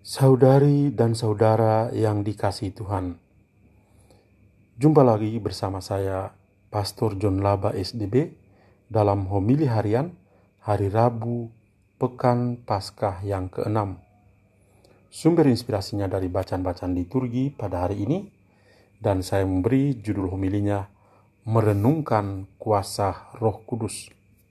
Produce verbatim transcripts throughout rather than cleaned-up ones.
Saudari dan saudara yang dikasihi Tuhan, jumpa lagi bersama saya, Pastor John Laba S D B, dalam homili harian hari Rabu, Pekan Paskah yang keenam. Sumber inspirasinya dari bacaan-bacaan liturgi pada hari ini, dan saya memberi judul homilinya, Merenungkan Kuasa Roh Kudus.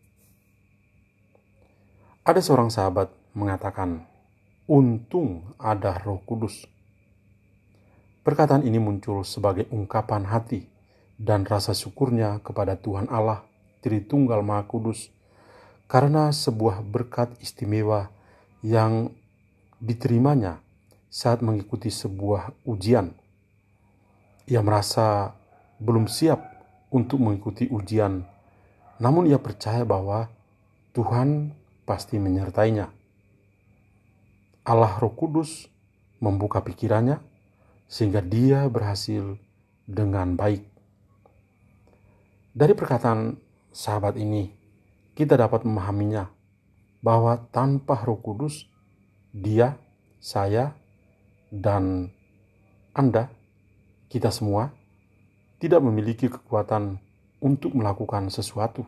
Ada seorang sahabat mengatakan, untung ada Roh Kudus. Perkataan ini muncul sebagai ungkapan hati dan rasa syukurnya kepada Tuhan Allah Tritunggal Maha Kudus karena sebuah berkat istimewa yang diterimanya saat mengikuti sebuah ujian. Ia merasa belum siap untuk mengikuti ujian, namun ia percaya bahwa Tuhan pasti menyertainya. Allah Roh Kudus membuka pikirannya sehingga dia berhasil dengan baik. Dari perkataan sahabat ini, kita dapat memahaminya bahwa tanpa Roh Kudus, dia, saya, dan Anda, kita semua, tidak memiliki kekuatan untuk melakukan sesuatu.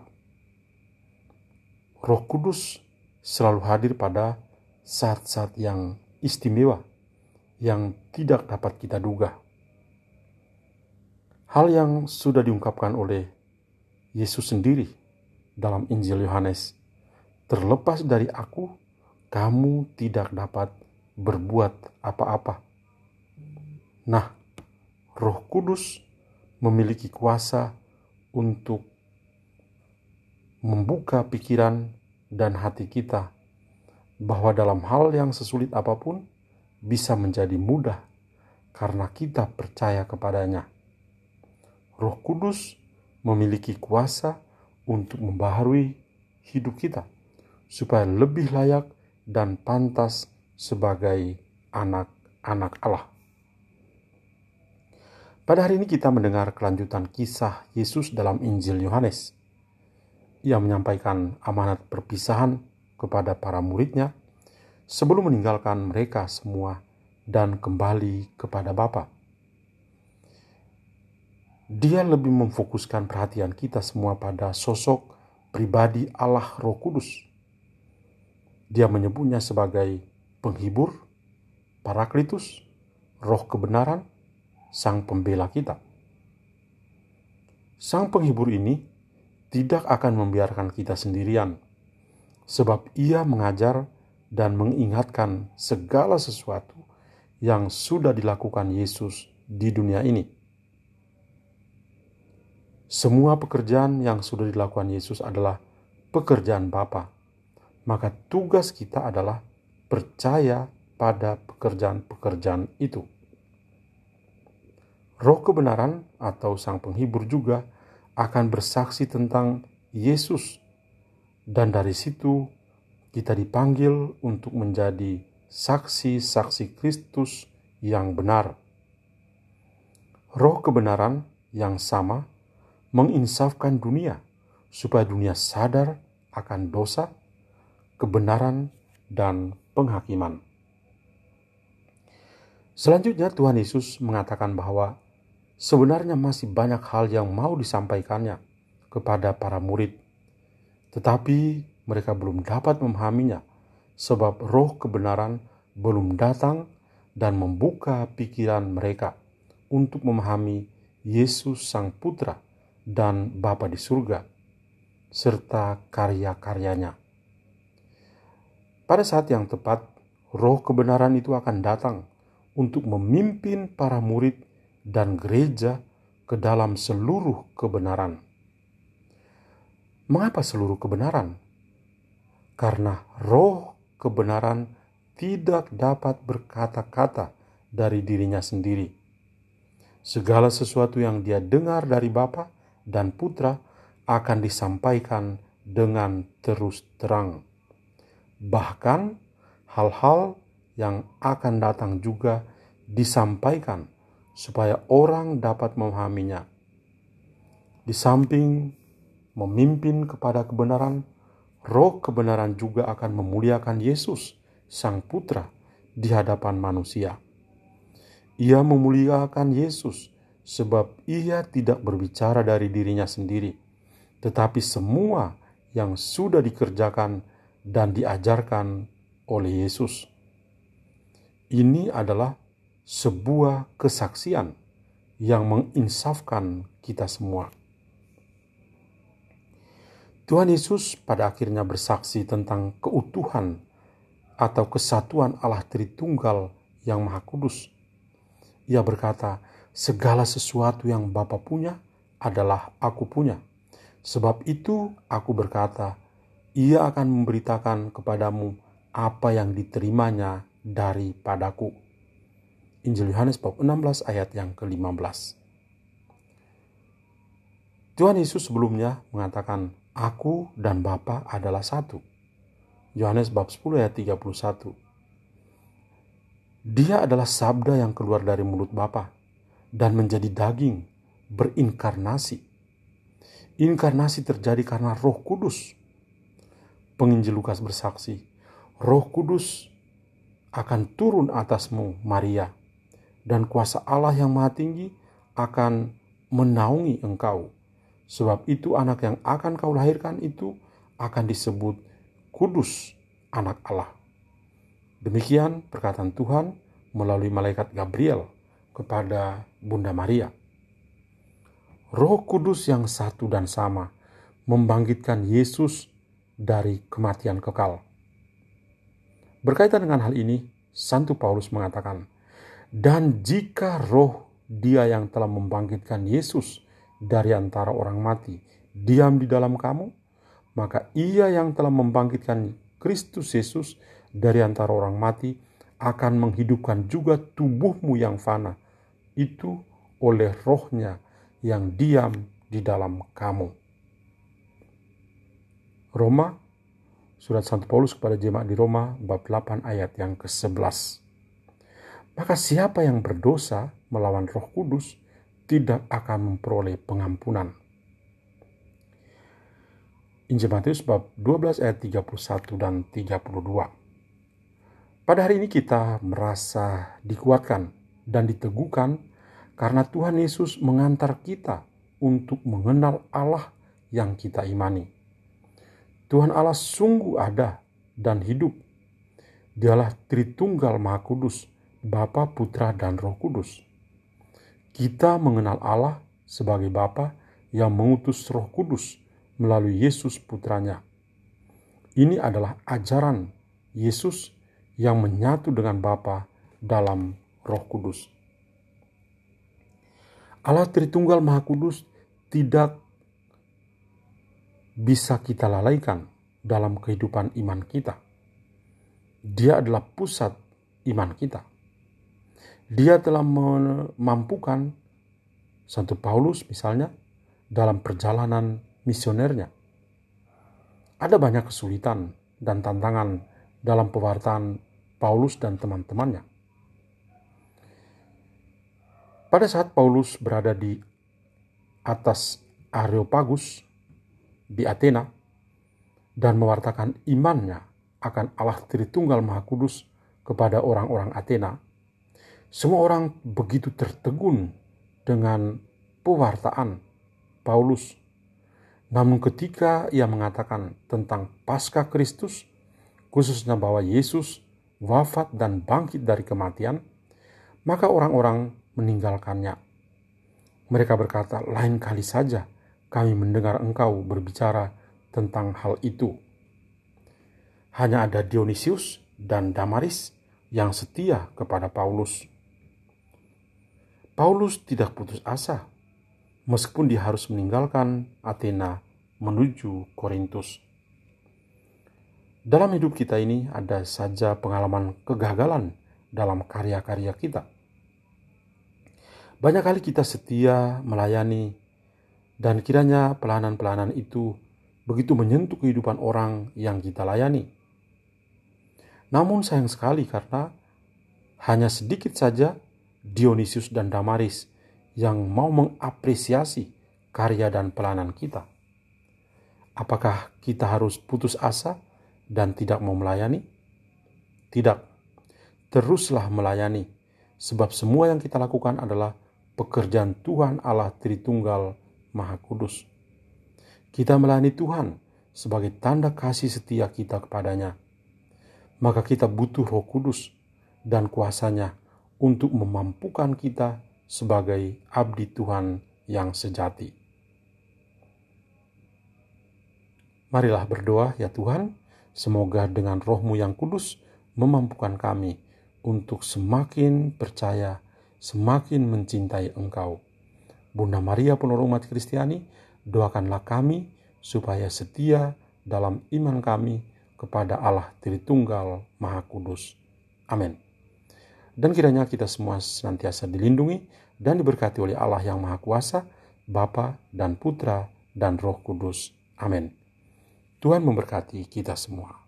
Roh Kudus selalu hadir pada saat-saat yang istimewa, yang tidak dapat kita duga. Hal yang sudah diungkapkan oleh Yesus sendiri dalam Injil Yohanes, terlepas dari aku, kamu tidak dapat berbuat apa-apa. Nah, Roh Kudus memiliki kuasa untuk membuka pikiran dan hati kita bahwa dalam hal yang sesulit apapun bisa menjadi mudah karena kita percaya kepadanya. Roh Kudus memiliki kuasa untuk membaharui hidup kita supaya lebih layak dan pantas sebagai anak-anak Allah. Pada hari ini kita mendengar kelanjutan kisah Yesus dalam Injil Yohanes. Ia menyampaikan amanat perpisahan kepada para muridnya sebelum meninggalkan mereka semua dan kembali kepada Bapa. Dia lebih memfokuskan perhatian kita semua pada sosok pribadi Allah Roh Kudus. Dia menyebutnya sebagai penghibur, Parakletus, Roh kebenaran, Sang Pembela kita. Sang penghibur ini tidak akan membiarkan kita sendirian, sebab ia mengajar dan mengingatkan segala sesuatu yang sudah dilakukan Yesus di dunia ini. Semua pekerjaan yang sudah dilakukan Yesus adalah pekerjaan Bapa. Maka tugas kita adalah percaya pada pekerjaan-pekerjaan itu. Roh kebenaran atau Sang Penghibur juga akan bersaksi tentang Yesus, dan dari situ kita dipanggil untuk menjadi saksi-saksi Kristus yang benar. Roh kebenaran yang sama menginsafkan dunia supaya dunia sadar akan dosa, kebenaran, dan penghakiman. Selanjutnya Tuhan Yesus mengatakan bahwa sebenarnya masih banyak hal yang mau disampaikannya kepada para murid, tetapi mereka belum dapat memahaminya sebab roh kebenaran belum datang dan membuka pikiran mereka untuk memahami Yesus Sang Putra dan Bapa di surga serta karya-karyanya. Pada saat yang tepat, roh kebenaran itu akan datang untuk memimpin para murid dan gereja ke dalam seluruh kebenaran. Mengapa seluruh kebenaran? Karena roh kebenaran tidak dapat berkata-kata dari dirinya sendiri. Segala sesuatu yang dia dengar dari Bapa dan Putra akan disampaikan dengan terus terang. Bahkan hal-hal yang akan datang juga disampaikan supaya orang dapat memahaminya. Di samping memimpin kepada kebenaran, roh kebenaran juga akan memuliakan Yesus, Sang Putra, di hadapan manusia. Ia memuliakan Yesus sebab ia tidak berbicara dari dirinya sendiri, tetapi semua yang sudah dikerjakan dan diajarkan oleh Yesus. Ini adalah sebuah kesaksian yang menginsafkan kita semua. Tuhan Yesus pada akhirnya bersaksi tentang keutuhan atau kesatuan Allah Tritunggal yang Maha Kudus. Ia berkata, segala sesuatu yang Bapa punya adalah aku punya. Sebab itu aku berkata, ia akan memberitakan kepadamu apa yang diterimanya daripadaku. Injil Yohanes bab enam belas ayat yang ke lima belas. Tuhan Yesus sebelumnya mengatakan, aku dan Bapa adalah satu. Yohanes bab sepuluh ayat tiga puluh satu. Dia adalah sabda yang keluar dari mulut Bapa dan menjadi daging, berinkarnasi. Inkarnasi terjadi karena Roh Kudus. Penginjil Lukas bersaksi, Roh Kudus akan turun atasmu, Maria, dan kuasa Allah yang Maha Tinggi akan menaungi engkau. Sebab itu anak yang akan kau lahirkan itu akan disebut Kudus, anak Allah. Demikian perkataan Tuhan melalui malaikat Gabriel kepada Bunda Maria. Roh Kudus yang satu dan sama membangkitkan Yesus dari kematian kekal. Berkaitan dengan hal ini, Santo Paulus mengatakan, dan jika roh Dia yang telah membangkitkan Yesus dari antara orang mati diam di dalam kamu, maka Ia yang telah membangkitkan Kristus Yesus dari antara orang mati akan menghidupkan juga tubuhmu yang fana, itu oleh rohnya yang diam di dalam kamu. Roma, surat Santo Paulus kepada jemaat di Roma, bab delapan ayat yang ke sebelas. Maka siapa yang berdosa melawan Roh Kudus tidak akan memperoleh pengampunan. Injil Matius bab dua belas ayat tiga puluh satu dan tiga puluh dua. Pada hari ini kita merasa dikuatkan dan diteguhkan karena Tuhan Yesus mengantar kita untuk mengenal Allah yang kita imani. Tuhan Allah sungguh ada dan hidup. Dialah Tritunggal Maha Kudus, Bapa, Putra, dan Roh Kudus. Kita mengenal Allah sebagai Bapa yang mengutus Roh Kudus melalui Yesus Putranya. Ini adalah ajaran Yesus yang menyatu dengan Bapa dalam Roh Kudus. Allah Tritunggal Maha Kudus tidak bisa kita lalaikan dalam kehidupan iman kita. Dia adalah pusat iman kita. Dia telah memampukan Santo Paulus misalnya dalam perjalanan misionernya. Ada banyak kesulitan dan tantangan dalam pewartaan Paulus dan teman-temannya. Pada saat Paulus berada di atas Areopagus di Athena dan mewartakan imannya akan Allah Tritunggal Maha Kudus kepada orang-orang Athena, semua orang begitu tertegun dengan pewartaan Paulus. Namun ketika ia mengatakan tentang Paskah Kristus, khususnya bahwa Yesus wafat dan bangkit dari kematian, maka orang-orang meninggalkannya. Mereka berkata, lain kali saja kami mendengar engkau berbicara tentang hal itu. Hanya ada Dionysius dan Damaris yang setia kepada Paulus. Paulus tidak putus asa, meskipun dia harus meninggalkan Athena menuju Korintus. Dalam hidup kita ini ada saja pengalaman kegagalan dalam karya-karya kita. Banyak kali kita setia melayani dan kiranya pelayanan-pelayanan itu begitu menyentuh kehidupan orang yang kita layani. Namun sayang sekali karena hanya sedikit saja Dionysius dan Damaris yang mau mengapresiasi karya dan pelayanan kita. Apakah kita harus putus asa dan tidak mau melayani? Tidak. teruslah melayani, sebab semua yang kita lakukan adalah pekerjaan Tuhan Allah Tritunggal Maha Kudus. Kita melayani Tuhan sebagai tanda kasih setia kita kepadanya. Maka kita butuh Roh Kudus dan kuasanya untuk memampukan kita sebagai abdi Tuhan yang sejati. Marilah berdoa, ya Tuhan, semoga dengan Roh-Mu yang kudus memampukan kami untuk semakin percaya, semakin mencintai Engkau. Bunda Maria penolong umat Kristiani, doakanlah kami supaya setia dalam iman kami kepada Allah Tritunggal Maha Kudus. Amin. Dan kiranya kita semua senantiasa dilindungi dan diberkati oleh Allah yang Maha Kuasa, Bapa dan Putra dan Roh Kudus. Amin. Tuhan memberkati kita semua.